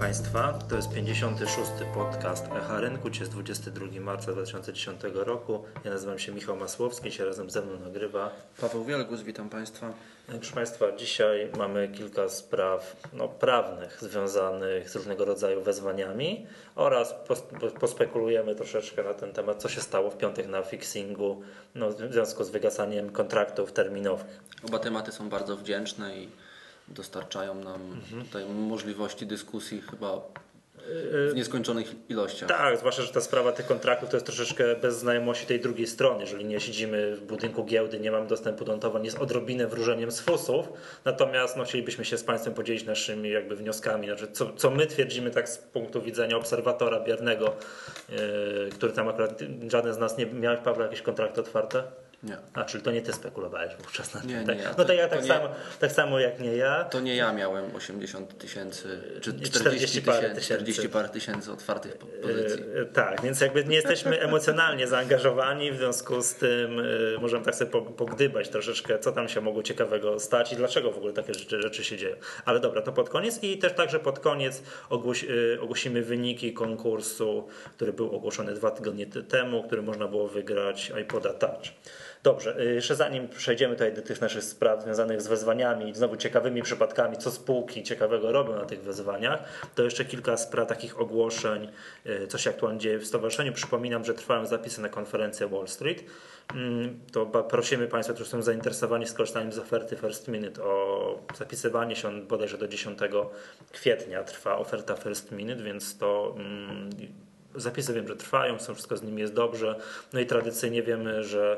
Państwa, to jest 56. podcast Echa Rynku, dzisiaj jest 22 marca 2010 roku. Ja nazywam się Michał Masłowski, dzisiaj razem ze mną nagrywa Paweł Wielgus, witam Państwa. Proszę Państwa, dzisiaj mamy kilka spraw prawnych związanych z różnego rodzaju wezwaniami oraz pospekulujemy troszeczkę na ten temat, co się stało w piątek na fixingu w związku z wygasaniem kontraktów terminowych. Oba tematy są bardzo wdzięczne i dostarczają nam tutaj możliwości dyskusji chyba w nieskończonych ilościach. Tak, zwłaszcza, że ta sprawa tych kontraktów to jest troszeczkę bez znajomości tej drugiej strony. Jeżeli nie siedzimy w budynku giełdy, nie mamy dostępu do notowań, jest odrobinę wróżeniem z fusów. Natomiast chcielibyśmy się z Państwem podzielić naszymi wnioskami. Znaczy, co my twierdzimy tak z punktu widzenia obserwatora biernego, który tam akurat żaden z nas nie miał, Paweł, jakieś kontrakty otwarte? Nie. Czyli to nie ty spekulowałeś wówczas na tym. Nie, tak? nie. No to ja tak samo jak nie ja. To nie ja miałem 80 tysięcy, czy 40 parę tysięcy otwartych pozycji. Tak, więc nie jesteśmy emocjonalnie zaangażowani, w związku z tym możemy tak sobie pogdybać troszeczkę, co tam się mogło ciekawego stać i dlaczego w ogóle takie rzeczy się dzieją. Ale dobra, to pod koniec i też także pod koniec ogłosimy wyniki konkursu, który był ogłoszony 2 tygodnie temu, który można było wygrać iPoda Touch. Dobrze, jeszcze zanim przejdziemy tutaj do tych naszych spraw związanych z wezwaniami i znowu ciekawymi przypadkami, co spółki ciekawego robią na tych wezwaniach, to jeszcze kilka spraw takich ogłoszeń, co się aktualnie dzieje w stowarzyszeniu. Przypominam, że trwają zapisy na konferencję Wall Street. To prosimy Państwa, którzy są zainteresowani skorzystaniem z oferty First Minute o zapisywanie się bodajże do 10 kwietnia trwa oferta First Minute, więc to zapisy wiem, że trwają, wszystko z nimi jest dobrze. I tradycyjnie wiemy, że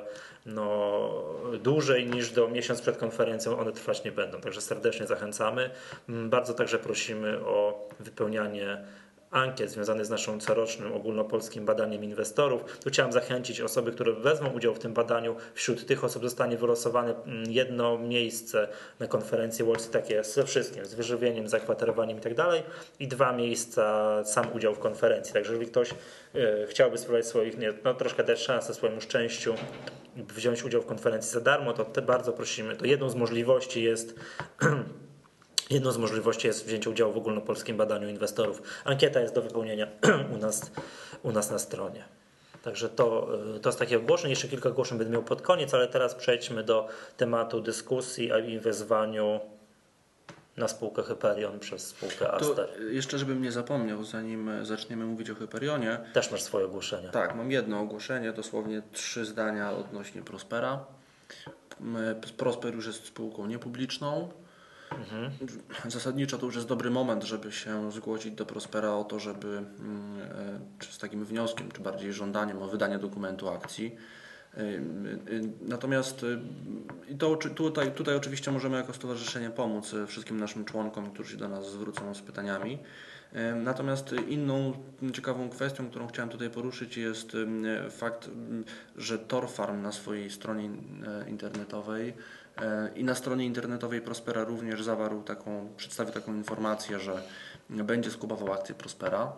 dłużej niż do miesiąc przed konferencją one trwać nie będą. Także serdecznie zachęcamy. Bardzo także prosimy o wypełnianie ankiet związanych z naszym corocznym ogólnopolskim badaniem inwestorów. Tu chciałem zachęcić osoby, które wezmą udział w tym badaniu. Wśród tych osób zostanie wylosowane jedno miejsce na konferencji Wall Street, takie ze wszystkim, z wyżywieniem, zakwaterowaniem i tak dalej, i 2 miejsca sam udział w konferencji. Także jeżeli ktoś chciałby spróbować troszkę dać szansę swojemu szczęściu, wziąć udział w konferencji za darmo, to bardzo prosimy. To jedną z możliwości jest wzięcie udziału w ogólnopolskim badaniu inwestorów. Ankieta jest do wypełnienia u nas na stronie. Także to jest takie ogłoszenie. Jeszcze kilka ogłoszeń będę miał pod koniec, ale teraz przejdźmy do tematu dyskusji i wezwaniu na spółkę Hyperion przez spółkę Aster. To jeszcze, żebym nie zapomniał, zanim zaczniemy mówić o Hyperionie. Też masz swoje ogłoszenia. Tak, mam jedno ogłoszenie, dosłownie 3 zdania odnośnie Prospera. Prosper już jest spółką niepubliczną. Zasadniczo to już jest dobry moment, żeby się zgłosić do Prospera o to, żeby czy z takim wnioskiem, czy bardziej żądaniem o wydanie dokumentu akcji. Natomiast tutaj oczywiście możemy jako stowarzyszenie pomóc wszystkim naszym członkom, którzy się do nas zwrócą z pytaniami. Natomiast inną ciekawą kwestią, którą chciałem tutaj poruszyć, jest fakt, że Torfarm na swojej stronie internetowej i na stronie internetowej Prospera również przedstawił taką informację, że będzie skupował akcje Prospera.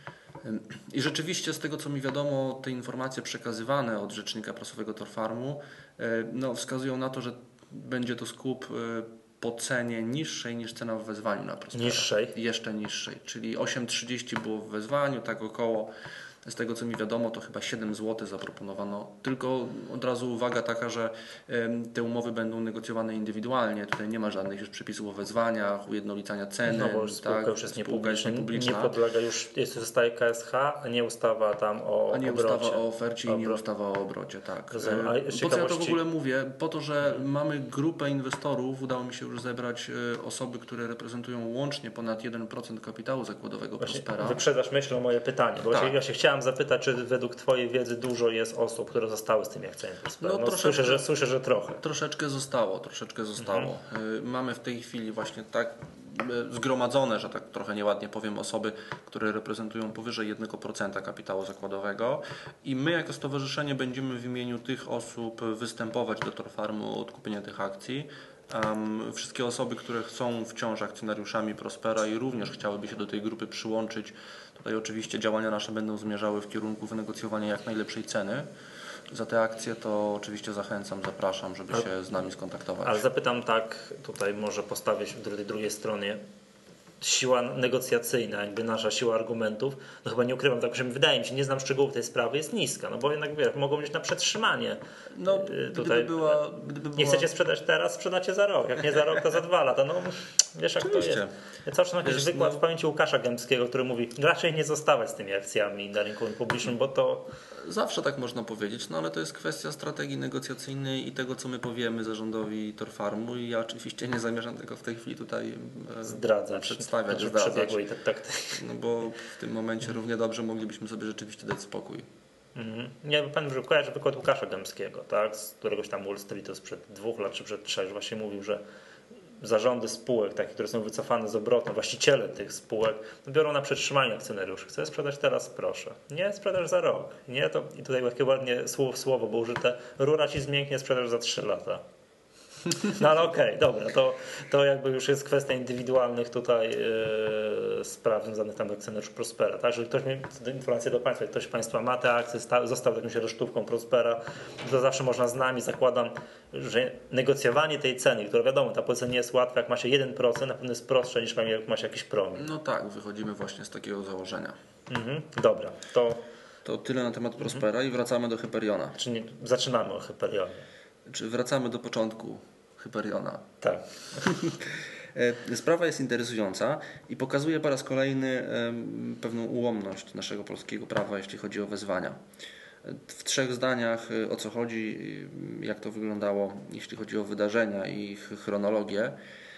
I rzeczywiście z tego, co mi wiadomo, te informacje przekazywane od rzecznika prasowego Torfarmu wskazują na to, że będzie to skup po cenie niższej niż cena w wezwaniu na Prospera. Niższej? Jeszcze niższej, czyli 8,30 było w wezwaniu, tak około. Z tego, co mi wiadomo, to chyba 7 zł zaproponowano. Tylko od razu uwaga taka, że te umowy będą negocjowane indywidualnie. Tutaj nie ma żadnych już przepisów o wezwaniach, ujednolicania ceny. Bo spółka już jest niepubliczna. Nie podlega już, zostaje KSH, a nie ustawa tam o obrocie. Ustawa o ofercie i nie ustawa o obrocie, tak. Po co ja to w ogóle mówię? Po to, że mamy grupę inwestorów, udało mi się już zebrać osoby, które reprezentują łącznie ponad 1% kapitału zakładowego Prospera. Wyprzedzasz myślą moje pytanie, bo ja się chciałem zapytać, czy według Twojej wiedzy dużo jest osób, które zostały z tymi akcjami Prospera? Słyszę, że trochę. Troszeczkę zostało. Mamy w tej chwili właśnie tak zgromadzone, że tak trochę nieładnie powiem, osoby, które reprezentują powyżej 1% kapitału zakładowego i my jako stowarzyszenie będziemy w imieniu tych osób występować do Torfarmu o odkupienie tych akcji. Wszystkie osoby, które są wciąż akcjonariuszami Prospera i również chciałyby się do tej grupy przyłączyć, tutaj oczywiście działania nasze będą zmierzały w kierunku wynegocjowania jak najlepszej ceny za te akcje, to oczywiście zachęcam, zapraszam, żeby się z nami skontaktować. Ale zapytam tak, tutaj może postawię się w drugiej stronie. siła negocjacyjna, jakby nasza siła argumentów, no chyba nie ukrywam, tak przynajmniej wydaje mi się, nie znam szczegółów tej sprawy, jest niska, no bo jednak wiesz, mogą być na przetrzymanie. No, Tutaj gdyby była... nie chcecie sprzedać teraz, sprzedacie za rok, jak nie za rok, to za 2 lata, no wiesz jak Oczywiście. to jest. Ja cały czas mam jakiś wykład w pamięci Łukasza Gębskiego, który mówi, raczej nie zostawać z tymi akcjami na rynku publicznym, bo to... Zawsze tak można powiedzieć, no ale to jest kwestia strategii negocjacyjnej i tego, co my powiemy zarządowi Torfarmu i ja oczywiście nie zamierzam tego w tej chwili tutaj zdradzać, przedstawiać, zdradzać. No bo w tym momencie równie dobrze moglibyśmy sobie rzeczywiście dać spokój. Nie, pan kojarzy wykład Łukasza Gębskiego, tak, z któregoś tam Wall Streetu sprzed 2 lat czy przed 3, właśnie mówił, że zarządy spółek, takie, które są wycofane z obrotu, właściciele tych spółek biorą na przetrzymanie akcjonariuszy. Chcę sprzedać teraz, proszę. Nie, sprzedaż za rok. Nie, to i tutaj takie ładnie słowo było użyte, rura ci zmięknie, sprzedaż za 3 lata. No ale okej, dobra, to jakby już jest kwestia indywidualnych tutaj spraw związanych tam z akcjonariuszy Prospera. Tak, jeżeli ktoś mi informację do Państwa, jak ktoś z Państwa ma te akcje, został jakąś resztówką Prospera, to zawsze można z nami, zakładam, że negocjowanie tej ceny, która wiadomo, ta pozycja nie jest łatwa, jak ma się 1%, na pewno jest prostsze niż jak ma się jakiś promil. No tak, wychodzimy właśnie z takiego założenia. Dobra, to tyle na temat Prospera i wracamy do Hyperiona. Czyli zaczynamy o Hyperionie. Czy wracamy do początku Hyperiona? Tak. Sprawa jest interesująca i pokazuje po raz kolejny pewną ułomność naszego polskiego prawa, jeśli chodzi o wezwania. W 3 zdaniach o co chodzi, jak to wyglądało, jeśli chodzi o wydarzenia i ich chronologię.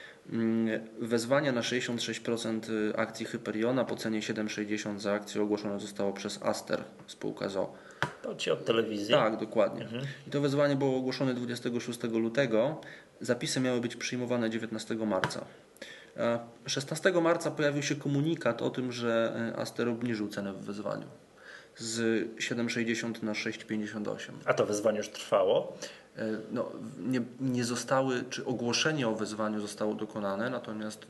Wezwanie na 66% akcji Hyperiona po cenie 7,60 za akcję ogłoszone zostało przez Aster, spółka z o.o. To ci od telewizji. Tak, dokładnie. I to wezwanie było ogłoszone 26 lutego. Zapisy miały być przyjmowane 19 marca. 16 marca pojawił się komunikat o tym, że Aster obniżył cenę w wezwaniu z 7,60 na 6,58. A to wezwanie już trwało? No, nie zostały, czy ogłoszenie o wezwaniu zostało dokonane, natomiast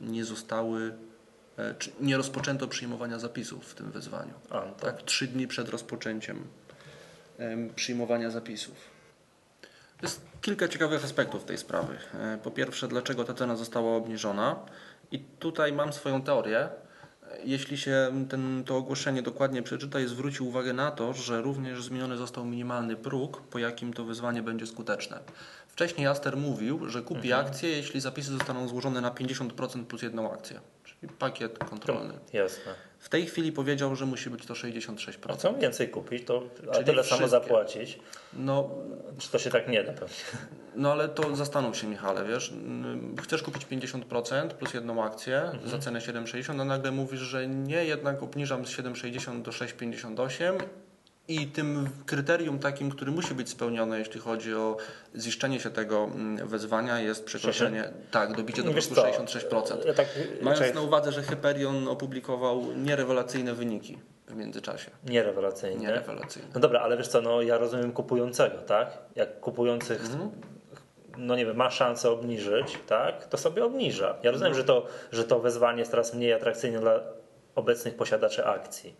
nie rozpoczęto przyjmowania zapisów w tym wezwaniu. Tak, 3 dni przed rozpoczęciem przyjmowania zapisów. Jest kilka ciekawych aspektów tej sprawy. Po pierwsze, dlaczego ta cena została obniżona? I tutaj mam swoją teorię. Jeśli się to ogłoszenie dokładnie przeczyta i zwróci uwagę na to, że również zmieniony został minimalny próg, po jakim to wezwanie będzie skuteczne. Wcześniej Aster mówił, że kupi akcję, jeśli zapisy zostaną złożone na 50% plus 1 akcję, czyli pakiet kontrolny. Jasne. W tej chwili powiedział, że musi być to 66%. A co więcej kupić, a tyle samo zapłacić? No, czy to się tak nie da pewnie? No ale to zastanów się, Michale, wiesz, chcesz kupić 50% plus 1 akcję za cenę 7,60, a nagle mówisz, że nie, jednak obniżam z 7,60 do 6,58 i tym kryterium takim, który musi być spełnione, jeśli chodzi o ziszczenie się tego wezwania, jest przekroczenie, dobicie do progu 66%. Ja Mając na uwadze, że Hyperion opublikował nierewelacyjne wyniki w międzyczasie. Nierewelacyjne. No dobra, ale wiesz co, ja rozumiem kupującego, tak? Jak kupujących no nie wiem, ma szansę obniżyć, tak? To sobie obniża. Ja rozumiem, że to wezwanie jest teraz mniej atrakcyjne dla obecnych posiadaczy akcji.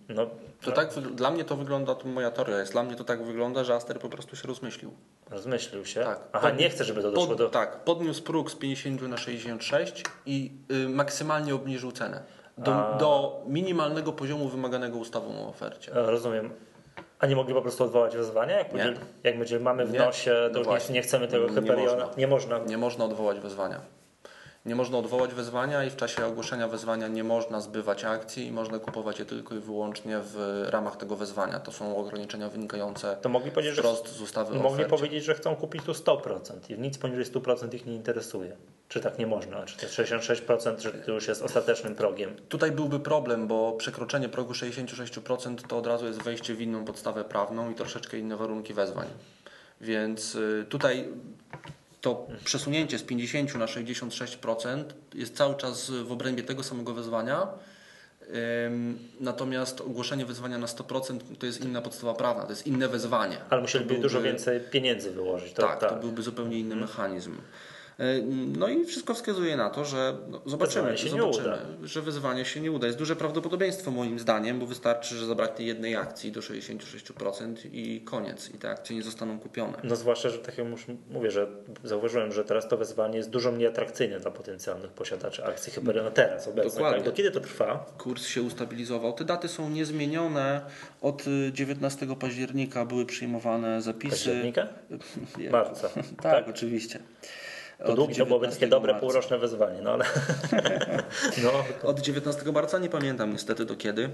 Dla mnie to wygląda, to moja teoria jest, dla mnie to tak wygląda, że Aster po prostu się rozmyślił. Rozmyślił się? Tak. Aha, nie chce, żeby to doszło do... Tak, podniósł próg z 50 na 66 i maksymalnie obniżył cenę. Do minimalnego poziomu wymaganego ustawą o ofercie. Rozumiem. A nie mogli po prostu odwołać wezwania? Jak mamy w nosie, to już nie chcemy tego Hyperiona? Nie można. Nie można odwołać wezwania. Nie można odwołać wezwania i w czasie ogłoszenia wezwania nie można zbywać akcji i można kupować je tylko i wyłącznie w ramach tego wezwania. To są ograniczenia wynikające wprost z ustawy o ofercie. Mogli powiedzieć, że chcą kupić tu 100% i nic poniżej 100% ich nie interesuje. Czy tak nie można? Czy to 66%, że to już jest ostatecznym progiem? Tutaj byłby problem, bo przekroczenie progu 66% to od razu jest wejście w inną podstawę prawną i troszeczkę inne warunki wezwań. Więc tutaj to przesunięcie z 50 na 66% jest cały czas w obrębie tego samego wezwania, natomiast ogłoszenie wezwania na 100% to jest inna podstawa prawna, to jest inne wezwanie. Ale musieliby dużo więcej pieniędzy wyłożyć. To byłby zupełnie inny mechanizm. No i wszystko wskazuje na to, że zobaczymy, że wyzwanie się nie uda. Jest duże prawdopodobieństwo moim zdaniem, bo wystarczy, że zabraknie jednej akcji do 66% i koniec. I te akcje nie zostaną kupione. No zwłaszcza, że tak jak już mówię, że zauważyłem, że teraz to wyzwanie jest dużo mniej atrakcyjne dla potencjalnych posiadaczy akcji Hyperionu teraz obecnie. Dokładnie. Tak? Do kiedy to trwa? Kurs się ustabilizował. Te daty są niezmienione. Od 19 października były przyjmowane zapisy. Października? Marca. Tak, oczywiście. To długie, to byłoby takie dobre półroczne wyzwanie, no ale... Od 19 marca, nie pamiętam niestety do kiedy.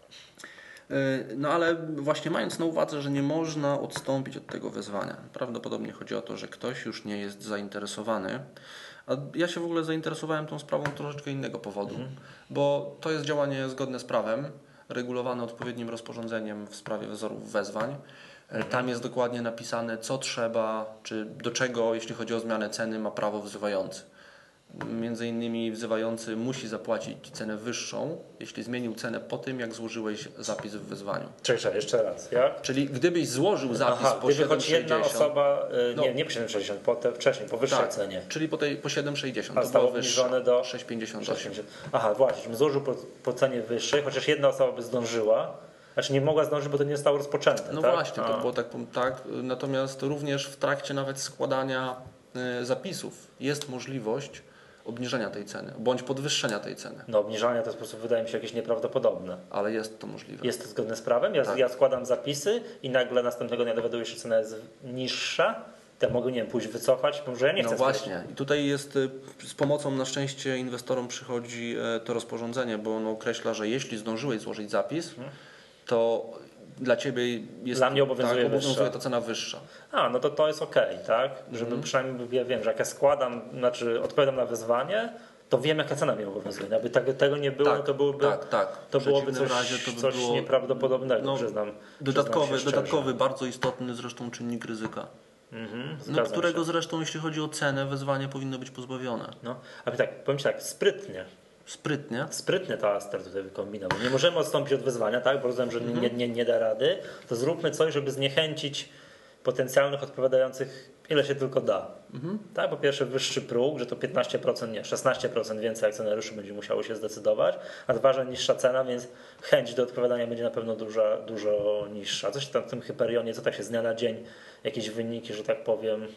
No ale właśnie mając na uwadze, że nie można odstąpić od tego wyzwania. Prawdopodobnie chodzi o to, że ktoś już nie jest zainteresowany. A ja się w ogóle zainteresowałem tą sprawą troszeczkę innego powodu, bo to jest działanie zgodne z prawem, regulowane odpowiednim rozporządzeniem w sprawie wzorów wezwań. Tam jest dokładnie napisane, co trzeba, czy do czego, jeśli chodzi o zmianę ceny, ma prawo wzywający. Między innymi wzywający musi zapłacić cenę wyższą, jeśli zmienił cenę po tym, jak złożyłeś zapis w wezwaniu. Czekaj, jeszcze raz. Jak? Czyli gdybyś złożył zapis po 7,60... choć jedna osoba, nie po 7,60, wcześniej, po wyższej cenie. Czyli po 7,60. A zostało obniżone do 6,58. Aha, właśnie, złożył po cenie wyższej, chociaż jedna osoba by zdążyła. Znaczy nie mogła zdążyć, bo to nie zostało rozpoczęte. No tak? właśnie, to było tak. Natomiast również w trakcie nawet składania zapisów jest możliwość obniżenia tej ceny, bądź podwyższenia tej ceny. No obniżanie to po prostu wydaje mi się jakieś nieprawdopodobne. Ale jest to możliwe. Jest to zgodne z prawem? Ja składam zapisy i nagle następnego dnia dowiaduję się, że cena jest niższa. To ja mogę, nie wiem, pójść wycofać, może ja nie chcę. No właśnie. I tutaj jest z pomocą na szczęście inwestorom przychodzi to rozporządzenie, bo ono określa, że jeśli zdążyłeś złożyć zapis, to dla Ciebie jest... Dla mnie obowiązuje ta cena wyższa. No to jest okej, tak? Żeby przynajmniej ja wiem, że jak ja składam, odpowiadam na wyzwanie, to wiem, jaka cena mnie obowiązuje. Aby tego nie było, to byłoby, to byłoby coś nieprawdopodobnego, przyznam. Dodatkowy, bardzo istotny zresztą czynnik ryzyka. Którego zresztą, jeśli chodzi o cenę, wezwanie powinno być pozbawione. Ale tak, powiem Ci tak, sprytnie to Aster tutaj wykombinował. Nie możemy odstąpić od wyzwania, tak? Bo rozumiem, że nie da rady. To zróbmy coś, żeby zniechęcić potencjalnych odpowiadających, ile się tylko da. Tak? Po pierwsze wyższy próg, że to 15%, nie, 16% więcej akcjonariuszy będzie musiało się zdecydować, a dwa, że niższa cena, więc chęć do odpowiadania będzie na pewno dużo niższa. Coś tam w tym Hyperionie, co tak się z dnia na dzień, jakieś wyniki, że tak powiem...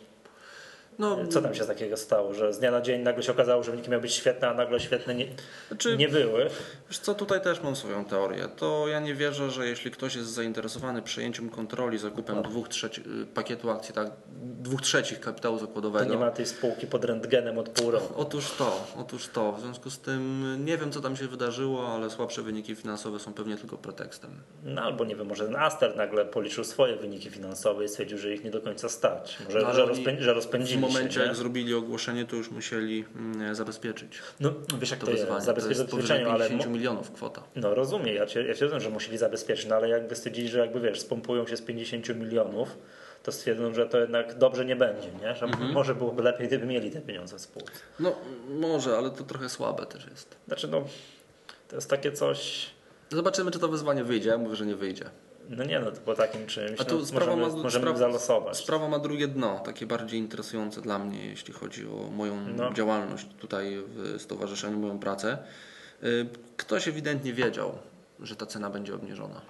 Co tam się takiego stało, że z dnia na dzień nagle się okazało, że wyniki miały być świetne, a nagle świetne nie były? Wiesz co, tutaj też mam swoją teorię. To ja nie wierzę, że jeśli ktoś jest zainteresowany przejęciem kontroli, zakupem 2/3 pakietu akcji, tak, 2/3 kapitału zakładowego. To nie ma tej spółki pod rentgenem od pół roku. Otóż to. W związku z tym nie wiem, co tam się wydarzyło, ale słabsze wyniki finansowe są pewnie tylko pretekstem. Albo nie wiem, może ten Aster nagle policzył swoje wyniki finansowe i stwierdził, że ich nie do końca stać. Może, że rozpędzili. W momencie, jak zrobili ogłoszenie, to już musieli zabezpieczyć. Wiesz, jak to jest? Zabezpieczyć to jest powyżej 50 milionów kwota. No rozumiem, ja cię rozumiem, że musieli zabezpieczyć, ale jakby stwierdzili, że spompują się z 50 milionów, to stwierdzą, że to jednak dobrze nie będzie, nie? Że może byłoby lepiej, gdyby mieli te pieniądze w spółce. No może, ale to trochę słabe też jest. Znaczy to jest takie coś... Zobaczymy, czy to wyzwanie wyjdzie. Ja mówię, że nie wyjdzie. To po takim czymś. A tu możemy zalosować. Sprawa ma drugie dno, takie bardziej interesujące dla mnie, jeśli chodzi o moją działalność tutaj w stowarzyszeniu, moją pracę. Ktoś ewidentnie wiedział, że ta cena będzie obniżona.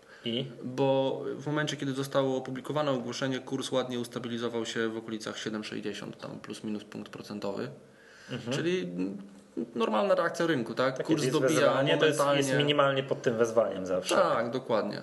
Bo w momencie, kiedy zostało opublikowane ogłoszenie, kurs ładnie ustabilizował się w okolicach 7,60, tam plus minus punkt procentowy. Czyli normalna reakcja rynku, tak? Takie Kurs dobija momentalnie. To jest minimalnie pod tym wezwaniem zawsze. Tak, dokładnie.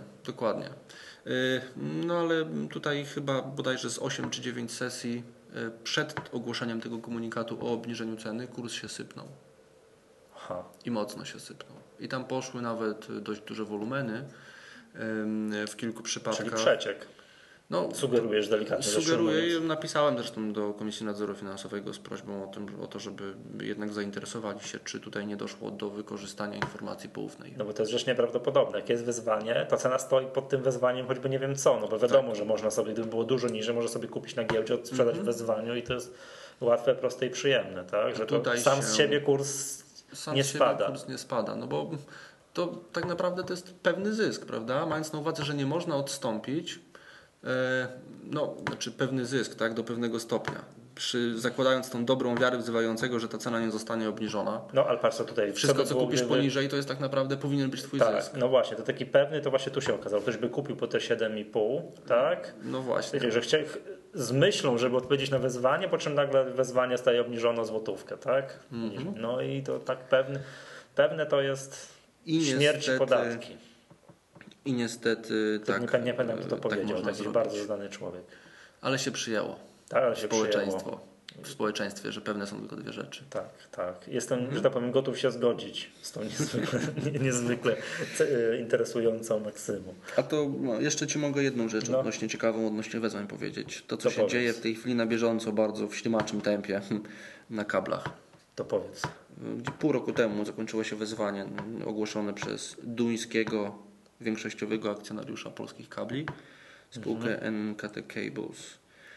No ale tutaj chyba bodajże z 8 czy 9 sesji przed ogłoszeniem tego komunikatu o obniżeniu ceny kurs się sypnął. I mocno się sypnął. I tam poszły nawet dość duże wolumeny w kilku przypadkach. Czyli przeciek. Sugerujesz delikatnie. Sugeruję, napisałem zresztą do Komisji Nadzoru Finansowego z prośbą o to, żeby jednak zainteresowali się, czy tutaj nie doszło do wykorzystania informacji poufnej. Bo to jest rzecz nieprawdopodobna. Jak jest wyzwanie, to cena stoi pod tym wezwaniem choćby nie wiem co, bo wiadomo, że można sobie, gdyby było dużo niżej, można sobie kupić na giełdzie, sprzedać w wezwaniu i to jest łatwe, proste i przyjemne, tak? Że to sam z siebie kurs nie spada. Kurs nie spada, bo to tak naprawdę to jest pewny zysk, prawda? Mając na uwadze, że nie można odstąpić, znaczy pewny zysk, tak, do pewnego stopnia. zakładając tą dobrą wiarę wzywającego, że ta cena nie zostanie obniżona. No ale patrz co tutaj. Wszystko co kupisz poniżej to jest tak naprawdę powinien być twój zysk. No właśnie, to taki pewny, to właśnie tu się okazało. Ktoś by kupił po te 7,5, tak? No właśnie. Wiecie, że z myślą, żeby odpowiedzieć na wezwanie, po czym nagle wezwanie staje obniżone o złotówkę, tak? No i to tak pewne to jest śmierć i podatki. I niestety tak. Nie pamiętam, kto to powiedział, taki bardzo znany człowiek. Ale się przyjęło. Tak, ale się Społeczeństwo. W społeczeństwie, że pewne są tylko dwie rzeczy. Tak. Jestem, że tak powiem, gotów się zgodzić z tą niezwykle interesującą maksymą. A to jeszcze Ci mogę jedną rzecz odnośnie wezwań powiedzieć. To, co się dzieje w tej chwili na bieżąco bardzo w ślimaczym tempie na kablach. To powiedz. Pół roku temu zakończyło się wezwanie ogłoszone przez duńskiego większościowego akcjonariusza polskich kabli, spółkę NKT Cables.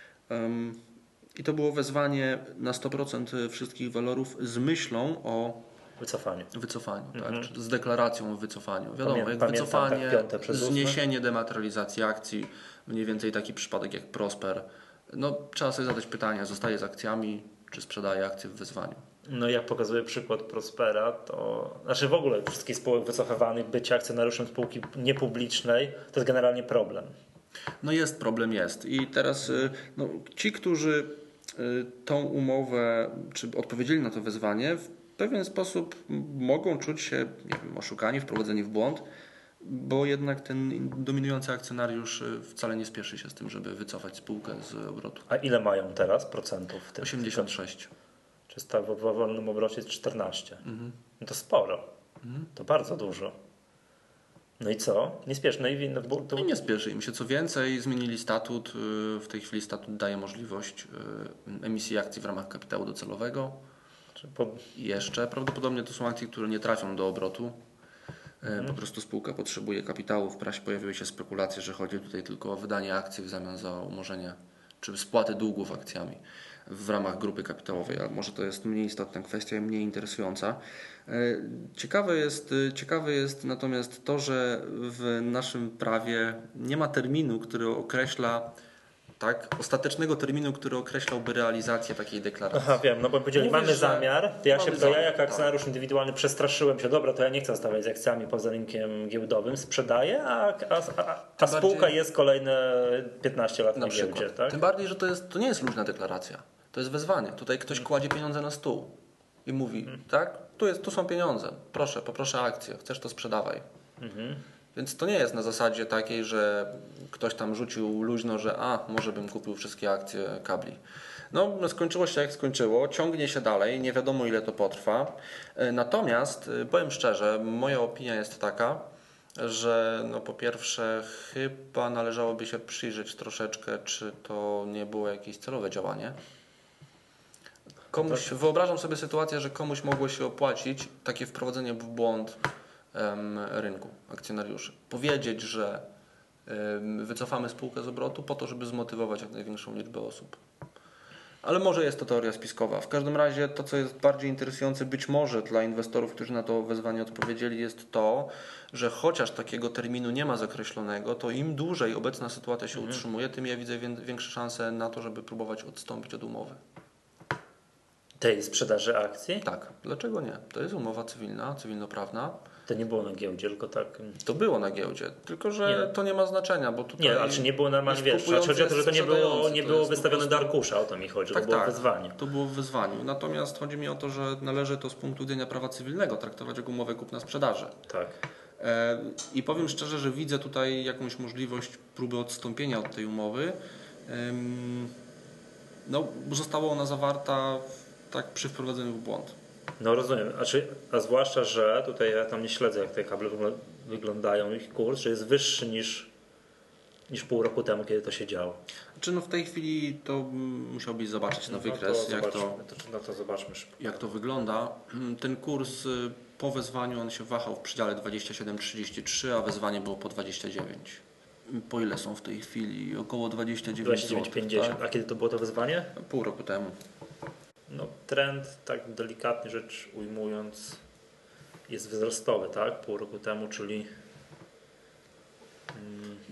I to było wezwanie na 100% wszystkich walorów z myślą o wycofaniu, tak? Z deklaracją o wycofaniu. Wiadomo, jak wycofanie, zniesienie dematerializacji akcji, mniej więcej taki przypadek jak Prosper. No, trzeba sobie zadać pytanie, zostaje z akcjami, czy sprzedaje akcje w wezwaniu. No jak pokazuje przykład Prospera, to znaczy w ogóle wszystkich spółek wycofywanych, bycie akcjonariuszem spółki niepublicznej to jest generalnie problem. No jest problem, jest. I teraz ci, którzy tą umowę, czy odpowiedzieli na to wezwanie, w pewien sposób mogą czuć się, nie wiem, oszukani, wprowadzeni w błąd, bo jednak ten dominujący akcjonariusz wcale nie spieszy się z tym, żeby wycofać spółkę z obrotu. A ile mają teraz procentów? W tym 86. Czy w wolnym obrocie jest 14? No to sporo. To bardzo dużo. No i co? Nie spieszy. No nie spieszy im się. Co więcej, zmienili statut. W tej chwili statut daje możliwość emisji akcji w ramach kapitału docelowego. Jeszcze prawdopodobnie to są akcje, które nie trafią do obrotu. Po prostu spółka potrzebuje kapitału. W prasie pojawiły się spekulacje, że chodzi tutaj tylko o wydanie akcji w zamian za umorzenie czy spłatę długów akcjami w ramach grupy kapitałowej, a może to jest mniej istotna kwestia i mniej interesująca. Ciekawe jest natomiast to, że w naszym prawie nie ma terminu, który określa ostatecznego terminu, który określałby realizację takiej deklaracji. Aha, wiem, no bo powiedzieli, mamy zamiar, to ja jako akcjonariusz indywidualny przestraszyłem się, dobra, to ja nie chcę zostawiać z akcjami poza rynkiem giełdowym, sprzedaję, a spółka jest kolejne 15 lat na giełdzie. Tak? Tym bardziej, że to nie jest luźna deklaracja, to jest wezwanie. Tutaj ktoś kładzie pieniądze na stół i mówi, tak, tu są pieniądze, poproszę akcję, chcesz to sprzedawaj. Więc to nie jest na zasadzie takiej, że ktoś tam rzucił luźno, że może bym kupił wszystkie akcje kabli. No skończyło się jak skończyło, ciągnie się dalej, nie wiadomo ile to potrwa. Natomiast powiem szczerze, moja opinia jest taka, że po pierwsze chyba należałoby się przyjrzeć troszeczkę, czy to nie było jakieś celowe działanie. Wyobrażam sobie sytuację, że komuś mogło się opłacić takie wprowadzenie w błąd rynku akcjonariuszy. Powiedzieć, że wycofamy spółkę z obrotu po to, żeby zmotywować jak największą liczbę osób. Ale może jest to teoria spiskowa. W każdym razie to, co jest bardziej interesujące być może dla inwestorów, którzy na to wezwanie odpowiedzieli, jest to, że chociaż takiego terminu nie ma zakreślonego, to im dłużej obecna sytuacja się utrzymuje, tym ja widzę większe szanse na to, żeby próbować odstąpić od umowy. Tej sprzedaży akcji? Tak. Dlaczego nie? To jest umowa cywilna, cywilnoprawna. To nie było na giełdzie, tylko tak. To było na giełdzie, tylko że to nie ma znaczenia, bo tutaj. Nie, czy nie było normalnie, chodzi o to, że to nie było wystawione do arkusza, o to mi chodzi, to było wezwanie. To było w wezwaniu. Natomiast chodzi mi o to, że należy to z punktu widzenia prawa cywilnego traktować jak umowę kupna-sprzedaży. Tak. I powiem szczerze, że widzę tutaj jakąś możliwość próby odstąpienia od tej umowy. Została ona zawarta przy wprowadzeniu w błąd. No rozumiem, a zwłaszcza, że tutaj ja tam nie śledzę, jak te kable wyglądają, ich kurs, że jest wyższy niż pół roku temu, kiedy to się działo. W tej chwili to musiałbyś zobaczyć na wykres, zobaczmy szybko. Jak to wygląda. Ten kurs po wezwaniu on się wahał w przedziale 27,33, a wezwanie było po 29. Po ile są w tej chwili? Około 29,50. Tak? A kiedy to było to wezwanie? Pół roku temu. Trend, tak delikatnie rzecz ujmując, jest wzrostowy, tak? Pół roku temu, czyli...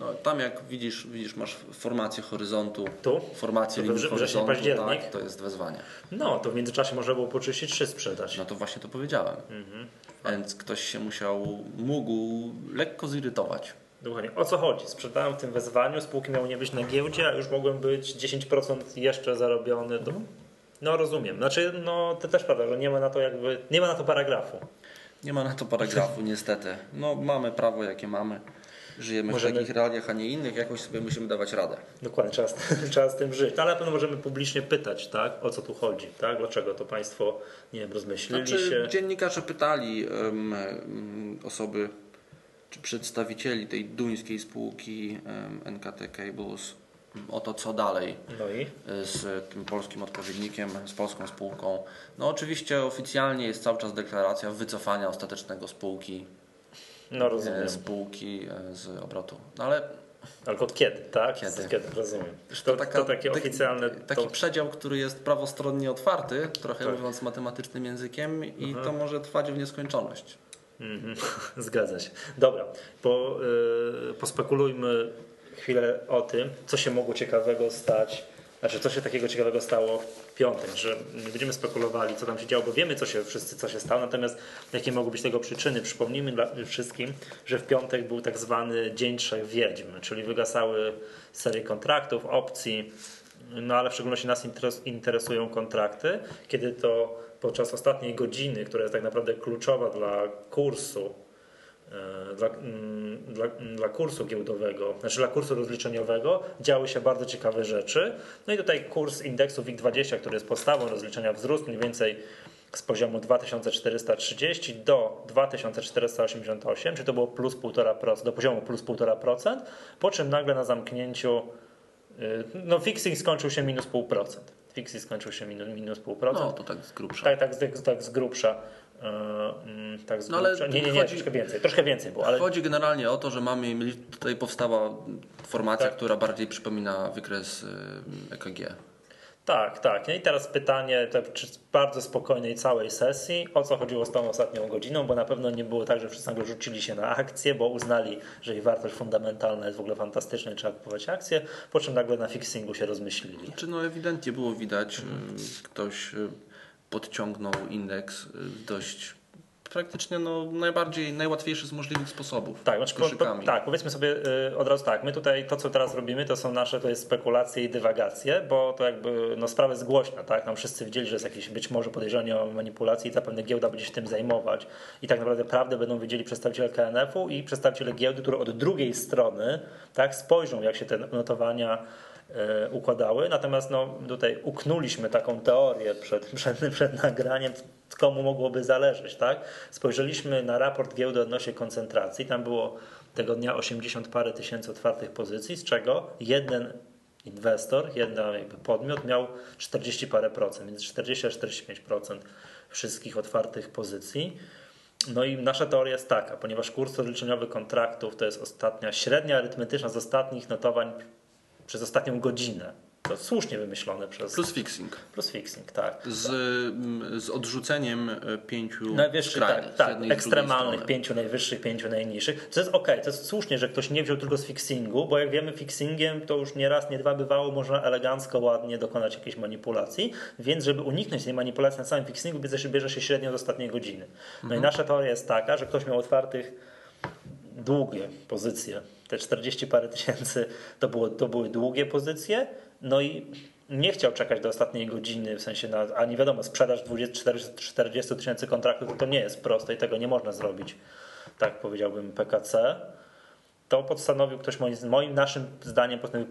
No, tam jak widzisz, masz formację horyzontu, Tu? formację To linii wrzesień, horyzontu, październik? tak, to jest wezwanie. No, to w międzyczasie można było po 33 sprzedać. No to właśnie to powiedziałem. Więc ktoś się mógł lekko zirytować. Dokładnie. O co chodzi? Sprzedałem w tym wezwaniu, spółki miały nie być na giełdzie, a już mogłem być 10% jeszcze zarobiony. No rozumiem. Znaczy, no to też prawda, że nie ma na to paragrafu. Nie ma na to paragrafu, niestety. No mamy prawo jakie mamy. Żyjemy w takich realiach, a nie innych. Jakoś sobie musimy dawać radę. Dokładnie, trzeba z tym żyć. Ale na pewno możemy publicznie pytać, tak? O co tu chodzi, tak? Dlaczego to Państwo, nie wiem, rozmyślili się? Dziennikarze pytali osoby, czy przedstawicieli tej duńskiej spółki NKT Cables o to, co dalej No i? z tym polskim odpowiednikiem, z polską spółką. No oczywiście oficjalnie jest cały czas deklaracja wycofania ostatecznego spółki. No rozumiem. Spółki z obrotu. No, ale od kiedy, tak? Kiedy rozumiem. To takie oficjalne... Taki przedział, który jest prawostronnie otwarty, trochę mówiąc matematycznym językiem i to może trwać w nieskończoność. Zgadza się. Dobra, pospekulujmy chwilę o tym, co się mogło ciekawego stać, co się takiego ciekawego stało w piątek, że nie będziemy spekulowali, co tam się działo, bo wiemy co się stało, natomiast jakie mogły być tego przyczyny. Przypomnijmy wszystkim, że w piątek był tak zwany Dzień Trzech Wiedźm, czyli wygasały serie kontraktów, opcji, no ale w szczególności nas interesują kontrakty, kiedy to podczas ostatniej godziny, która jest tak naprawdę kluczowa dla kursu, dla kursu giełdowego, znaczy dla kursu rozliczeniowego, działy się bardzo ciekawe rzeczy. No i tutaj kurs indeksu WIG20, który jest podstawą rozliczenia, wzrósł mniej więcej z poziomu 2430 do 2488, czyli to było plus 1,5%, do poziomu plus 1,5%, po czym nagle na zamknięciu fixing skończył się minus 0,5%. Fixing skończył się minus 0,5%. No to tak z grubsza. Tak z grubsza. Nie, troszkę więcej było. Ale... Chodzi generalnie o to, że tutaj powstała formacja, która bardziej przypomina wykres EKG. Tak. I teraz pytanie bardzo spokojnej całej sesji, o co chodziło z tą ostatnią godziną, bo na pewno nie było tak, że wszyscy nagle rzucili się na akcje, bo uznali, że ich wartość fundamentalna jest w ogóle fantastyczna i trzeba kupować akcje, po czym nagle na fixingu się rozmyślili. Ewidentnie było widać, ktoś podciągnął indeks dość praktycznie najłatwiejszy z możliwych sposobów. Tak, powiedzmy sobie od razu tak, my tutaj to, co teraz robimy, to są nasze spekulacje i dywagacje, bo to sprawa jest głośna, tak? Tam wszyscy widzieli, że jest jakieś być może podejrzenie o manipulację i zapewne giełda będzie się tym zajmować. I tak naprawdę prawdę będą wiedzieli przedstawiciele KNF-u i przedstawiciele giełdy, które od drugiej strony spojrzą, jak się te notowania układały. Natomiast tutaj uknuliśmy taką teorię przed nagraniem, komu mogłoby zależeć. Tak? Spojrzeliśmy na raport giełdy odnośnie koncentracji. Tam było tego dnia 80 parę tysięcy otwartych pozycji, z czego jeden inwestor, jeden podmiot miał 40 parę procent, między 40 a 45% wszystkich otwartych pozycji. No i nasza teoria jest taka, ponieważ kurs rozliczeniowy kontraktów to jest ostatnia średnia arytmetyczna z ostatnich notowań przez ostatnią godzinę. To słusznie wymyślone przez... Plus fixing. Plus fixing, tak. Z odrzuceniem 5 skrajnych. Tak, ekstremalnych 5 najwyższych, 5 najniższych. To jest okej, to jest słusznie, że ktoś nie wziął tylko z fixingu, bo jak wiemy, fixingiem to już nie raz, nie dwa bywało, można elegancko, ładnie dokonać jakiejś manipulacji, więc żeby uniknąć tej manipulacji na samym fixingu, bierze się średnio z ostatniej godziny. No i nasza teoria jest taka, że ktoś miał otwartych długie pozycje, te 40 parę tysięcy to były długie pozycje, no i nie chciał czekać do ostatniej godziny, w sensie a nie wiadomo, sprzedaż 40 tysięcy kontraktów to nie jest proste i tego nie można zrobić, tak powiedziałbym PKC, to postanowił ktoś, naszym zdaniem postanowił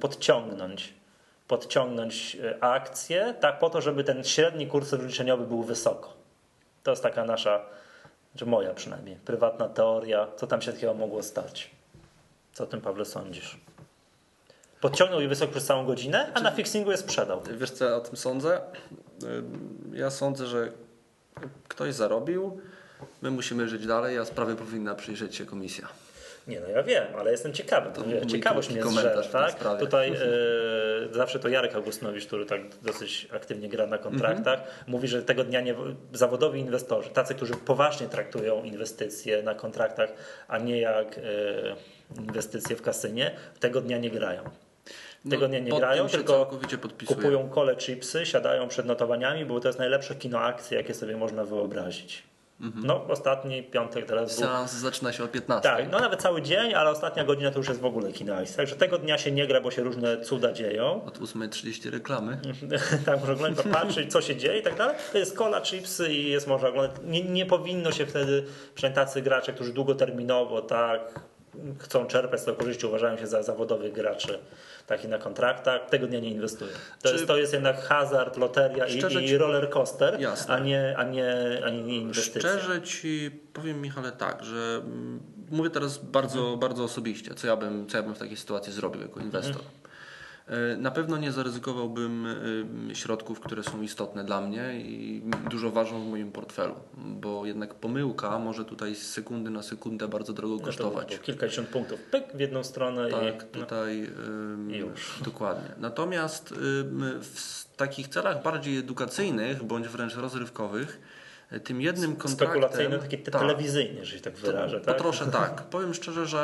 podciągnąć akcje, tak po to, żeby ten średni kurs rozliczeniowy był wysoko. To jest taka nasza, moja przynajmniej, prywatna teoria, co tam się takiego mogło stać. Co o tym, Pawle, sądzisz? Podciągnął je wysoko przez całą godzinę, a na fixingu je sprzedał. Wiesz, co ja o tym sądzę? Ja sądzę, że ktoś zarobił, my musimy żyć dalej, a sprawy powinna przyjrzeć się komisja. Nie, ja wiem, ale jestem ciekawy. Ciekawość mnie zżera, tak? Tutaj zawsze to Jarek Augustynowicz, który tak dosyć aktywnie gra na kontraktach, mówi, że tego dnia zawodowi inwestorzy, tacy, którzy poważnie traktują inwestycje na kontraktach, a nie jak inwestycje w kasynie, tego dnia nie grają. Tego dnia nie grają, tylko kupują kole chipsy, siadają przed notowaniami, bo to jest najlepsze kino akcji, jakie sobie można wyobrazić. No, ostatni piątek teraz był. Seans zaczyna się o 15. Tak, no nawet cały dzień, ale ostatnia godzina to już jest w ogóle kino akcji. Także tego dnia się nie gra, bo się różne cuda dzieją. Od 8:30 reklamy. Tak, można oglądać, popatrzeć, co się dzieje i tak dalej. To jest cola, chipsy i jest można oglądać. Nie powinno się wtedy, przynajmniej tacy gracze, którzy długoterminowo tak chcą czerpać z tego korzyści, uważają się za zawodowych graczy takich na kontraktach, tego dnia nie inwestują. To jest jednak hazard, loteria i roller coaster, a nie inwestycja. Szczerze Ci powiem, Michale, tak, że mówię teraz bardzo, bardzo osobiście, co ja bym w takiej sytuacji zrobił jako inwestor. Na pewno nie zaryzykowałbym środków, które są istotne dla mnie i dużo ważą w moim portfelu, bo jednak pomyłka może tutaj z sekundy na sekundę bardzo drogo kosztować. Kilkadziesiąt punktów, pyk w jedną stronę. Tak, tutaj już. Dokładnie. Natomiast w takich celach bardziej edukacyjnych, bądź wręcz rozrywkowych, tym jednym kontraktem... Spekulacyjny, taki telewizyjny, że się tak wyrażę. Tak? Trosze tak. Powiem szczerze, że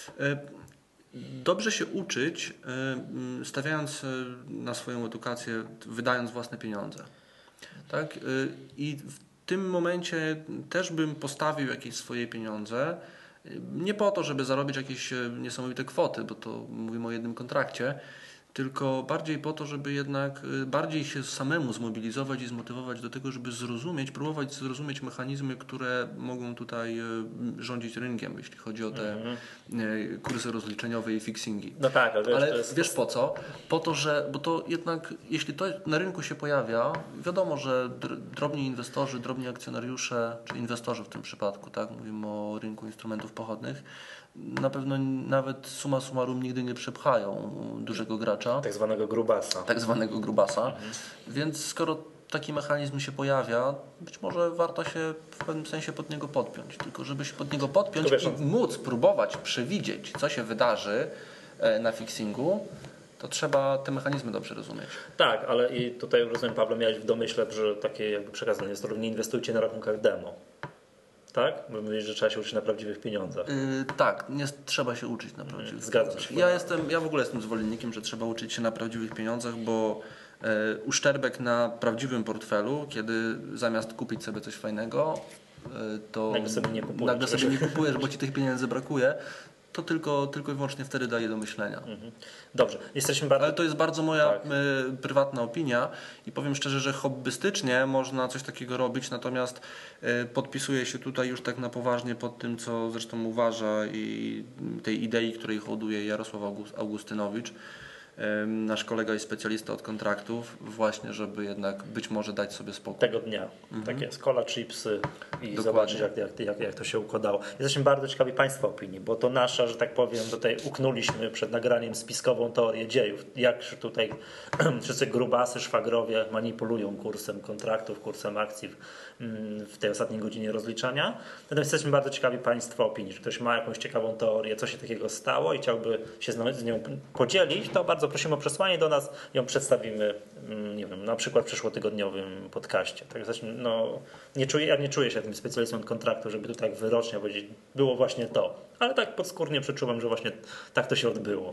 dobrze się uczyć, stawiając na swoją edukację, wydając własne pieniądze. Tak? I w tym momencie też bym postawił jakieś swoje pieniądze, nie po to, żeby zarobić jakieś niesamowite kwoty, bo to mówimy o jednym kontrakcie, tylko bardziej po to, żeby jednak bardziej się samemu zmobilizować i zmotywować do tego, żeby próbować zrozumieć mechanizmy, które mogą tutaj rządzić rynkiem, jeśli chodzi o te kursy rozliczeniowe i fixingi. No tak, ale wiesz po co? Po to, bo to jednak, jeśli to na rynku się pojawia, wiadomo, że drobni inwestorzy, drobni akcjonariusze, czy inwestorzy w tym przypadku, tak, mówimy o rynku instrumentów pochodnych, na pewno nawet summa summarum nigdy nie przepchają dużego gracza. Tak zwanego grubasa. Więc skoro taki mechanizm się pojawia, być może warto się w pewnym sensie pod niego podpiąć. Tylko żeby się pod niego podpiąć i móc próbować przewidzieć, co się wydarzy na fixingu, to trzeba te mechanizmy dobrze rozumieć. Tak, ale i tutaj rozumiem, Pawle, miałeś w domyśle, że takie jakby przekazanie inwestorów, nie inwestujcie na rachunkach demo. Tak? Bo mówisz, że trzeba się uczyć na prawdziwych pieniądzach. Tak, nie trzeba się uczyć na prawdziwych Zgadzam się. Ja w ogóle jestem zwolennikiem, że trzeba uczyć się na prawdziwych pieniądzach, bo uszczerbek na prawdziwym portfelu, kiedy zamiast kupić sobie coś fajnego, to nagle sobie nie kupujesz, bo ci tych pieniędzy brakuje, to tylko i wyłącznie wtedy daje do myślenia. Dobrze, jesteśmy bardzo... Ale to jest bardzo moja prywatna opinia i powiem szczerze, że hobbystycznie można coś takiego robić, natomiast podpisuję się tutaj już tak na poważnie pod tym, co zresztą uważa i tej idei, której hołduje Jarosław Augustynowicz, nasz kolega i specjalista od kontraktów, właśnie, żeby jednak być może dać sobie spokój. Tego dnia. Tak jest, cola, chipsy i zobaczyć, jak to się układało. Jesteśmy bardzo ciekawi Państwa opinii, bo to nasza, że tak powiem, tutaj uknuliśmy przed nagraniem spiskową teorię dziejów. Jak tutaj wszyscy grubasy, szwagrowie manipulują kursem kontraktów, kursem akcji w tej ostatniej godzinie rozliczania. Natomiast jesteśmy bardzo ciekawi Państwa opinii. Że ktoś ma jakąś ciekawą teorię, co się takiego stało i chciałby się z nią podzielić, to bardzo prosimy o przesłanie do nas, ją przedstawimy, nie wiem, na przykład w przyszłotygodniowym podcaście. Tak, ja nie czuję się tym specjalistą od kontraktu, żeby tutaj wyrocznie powiedzieć, było właśnie to. Ale tak podskórnie przeczuwam, że właśnie tak to się odbyło.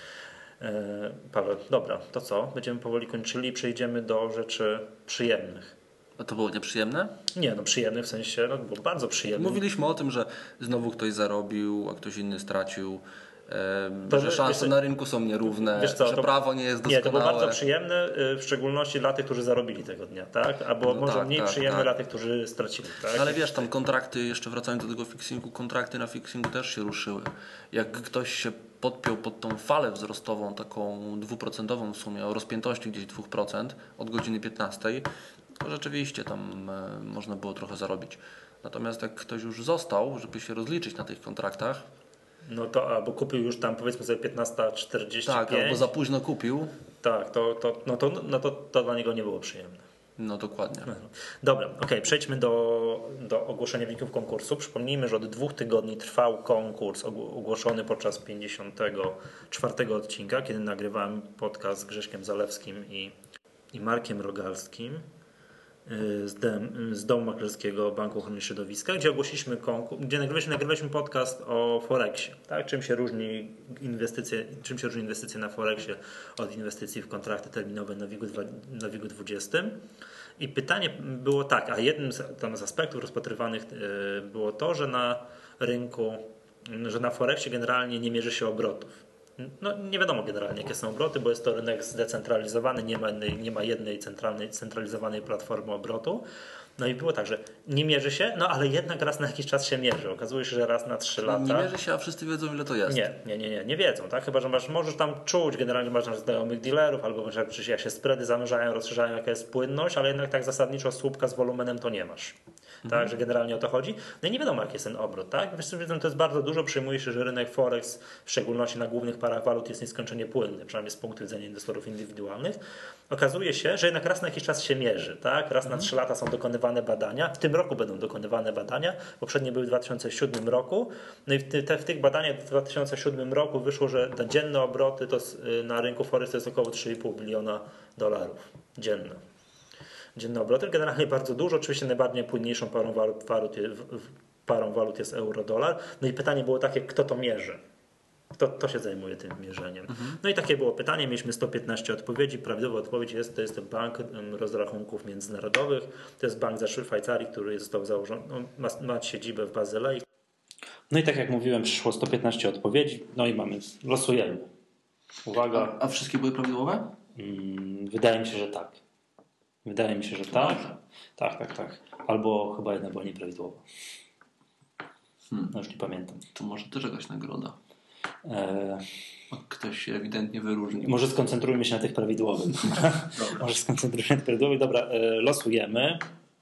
Paweł, dobra, to co? Będziemy powoli kończyli i przejdziemy do rzeczy przyjemnych. A to było nieprzyjemne? Nie, przyjemny w sensie, było bardzo przyjemne. Mówiliśmy o tym, że znowu ktoś zarobił, a ktoś inny stracił. Że szanse na rynku są nierówne, że prawo nie jest doskonałe. Nie, to było bardzo przyjemne, w szczególności dla tych, którzy zarobili tego dnia, tak? Albo może mniej przyjemne dla tych, którzy stracili. Tak? Ale wiesz, tam kontrakty, jeszcze wracając do tego fixingu, kontrakty na fixingu też się ruszyły. Jak ktoś się podpiął pod tą falę wzrostową, taką 2% w sumie, o rozpiętości gdzieś 2% od godziny 15, to rzeczywiście tam można było trochę zarobić. Natomiast jak ktoś już został, żeby się rozliczyć na tych kontraktach, no to albo kupił już tam powiedzmy sobie 15:45. Tak, albo za późno kupił. Tak, to dla niego nie było przyjemne. No dokładnie. Dobra, okej, przejdźmy do ogłoszenia wyników konkursu. Przypomnijmy, że od 2 tygodni trwał konkurs ogłoszony podczas 54 odcinka, kiedy nagrywałem podcast z Grześkiem Zalewskim i Markiem Rogalskim z Domu Maklerskiego Banku Ochrony Środowiska, gdzie ogłosiliśmy konkurs, gdzie nagrywaliśmy podcast o Forexie, tak? Czym się różni inwestycje na Forexie od inwestycji w kontrakty terminowe na WIG-20. I pytanie było tak, a jednym z aspektów rozpatrywanych było to, że na rynku, że na Forexie generalnie nie mierzy się obrotów. No, nie wiadomo generalnie, jakie są obroty, bo jest to rynek zdecentralizowany, nie ma jednej centralizowanej platformy obrotu. No i było tak, że nie mierzy się, no ale jednak raz na jakiś czas się mierzy. Okazuje się, że raz na 3 lata. Nie mierzy się, a wszyscy wiedzą, ile to jest. Nie wiedzą, tak? Chyba że możesz tam czuć, generalnie masz znajomych dealerów, albo jak się spready zamierzają, rozszerzają, jaka jest płynność, ale jednak tak zasadniczo słupka z wolumenem to nie masz. Tak, że generalnie o to chodzi. No i nie wiadomo, jaki jest ten obrót, tak? Wiesz, to jest bardzo dużo, przyjmuje się, że rynek Forex, w szczególności na głównych parach walut, jest nieskończenie płynny, przynajmniej z punktu widzenia inwestorów indywidualnych. Okazuje się, że jednak raz na jakiś czas się mierzy, tak? Raz na 3 lata są dokonywane badania. W tym roku będą dokonywane badania. Poprzednie były w 2007 roku. No i w tych badaniach w 2007 roku wyszło, że dzienne obroty to na rynku Forex to jest około $3,5 biliona dzienne. Dzienne obroty, generalnie bardzo dużo. Oczywiście najbardziej płynniejszą parą walut jest euro-dolar. No i pytanie było takie, kto to mierzy? Kto się zajmuje tym mierzeniem? No i takie było pytanie, mieliśmy 115 odpowiedzi. Prawidłowa odpowiedź to jest Bank Rozrachunków Międzynarodowych. To jest bank ze Szwajcarii, który został założony, ma siedzibę w Bazylei. No i tak jak mówiłem, przyszło 115 odpowiedzi. No i losujemy. Uwaga. A wszystkie były prawidłowe? Wydaje mi się, że tak. Tak. Albo chyba jedna była nieprawidłowa. No już nie pamiętam. To może też jakaś nagroda. Ktoś się ewidentnie wyróżnił. Może skoncentrujmy się na tych prawidłowych. Dobra, losujemy.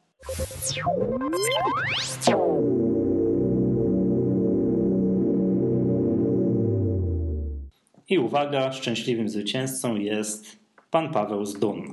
I uwaga, szczęśliwym zwycięzcą jest pan Paweł Zdun.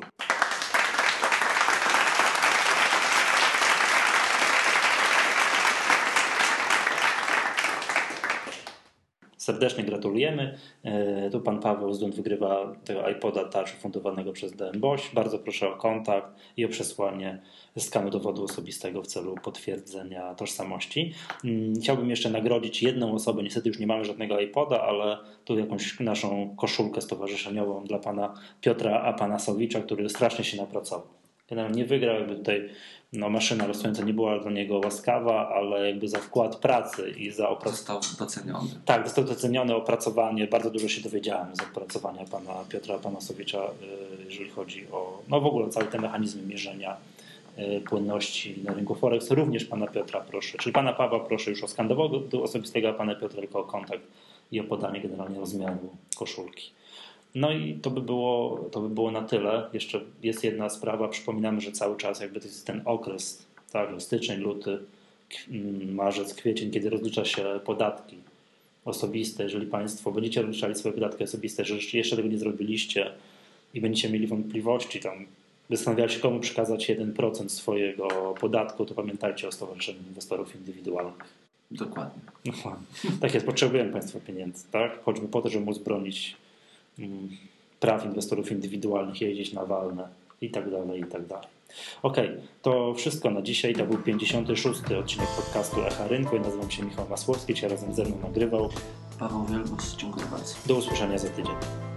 Serdecznie gratulujemy. Tu pan Paweł Zdun wygrywa tego iPoda Touch fundowanego przez DM BOŚ. Bardzo proszę o kontakt i o przesłanie skanu dowodu osobistego w celu potwierdzenia tożsamości. Chciałbym jeszcze nagrodzić jedną osobę. Niestety już nie mamy żadnego iPoda, ale tu jakąś naszą koszulkę stowarzyszeniową dla pana Piotra Apanasowicza, który strasznie się napracował. Generalnie nie wygrał, jakby tutaj maszyna losująca nie była dla niego łaskawa, ale jakby za wkład pracy i za Został doceniony. Tak, został doceniony, opracowanie. Bardzo dużo się dowiedziałem z opracowania pana Piotra Apanasowicza, jeżeli chodzi o w ogóle cały te mechanizmy mierzenia płynności na rynku Forex. Również pana Piotra proszę, czyli pana Pawła proszę już o skan dowodu osobistego, a pana Piotra tylko o kontakt i o podanie generalnie rozmiaru koszulki. No i to by było na tyle. Jeszcze jest jedna sprawa. Przypominamy, że cały czas jakby to jest ten okres, tak, styczeń, luty, marzec, kwiecień, kiedy rozlicza się podatki osobiste. Jeżeli państwo będziecie rozliczali swoje podatki osobiste, że jeszcze tego nie zrobiliście i będziecie mieli wątpliwości, tam zastanawiali się, komu przekazać 1% swojego podatku, to pamiętajcie o Stowarzyszeniu Inwestorów Indywidualnych. Dokładnie. Tak jest, potrzebujemy państwa pieniędzy, tak? Choćby po to, żeby móc bronić praw inwestorów indywidualnych, jeździć na walne i tak dalej. Okej, to wszystko na dzisiaj. To był 56. odcinek podcastu Echa Rynku. Ja nazywam się Michał Masłowski, dzisiaj razem ze mną nagrywał Paweł Wielgus. Dziękuję bardzo. Do usłyszenia za tydzień.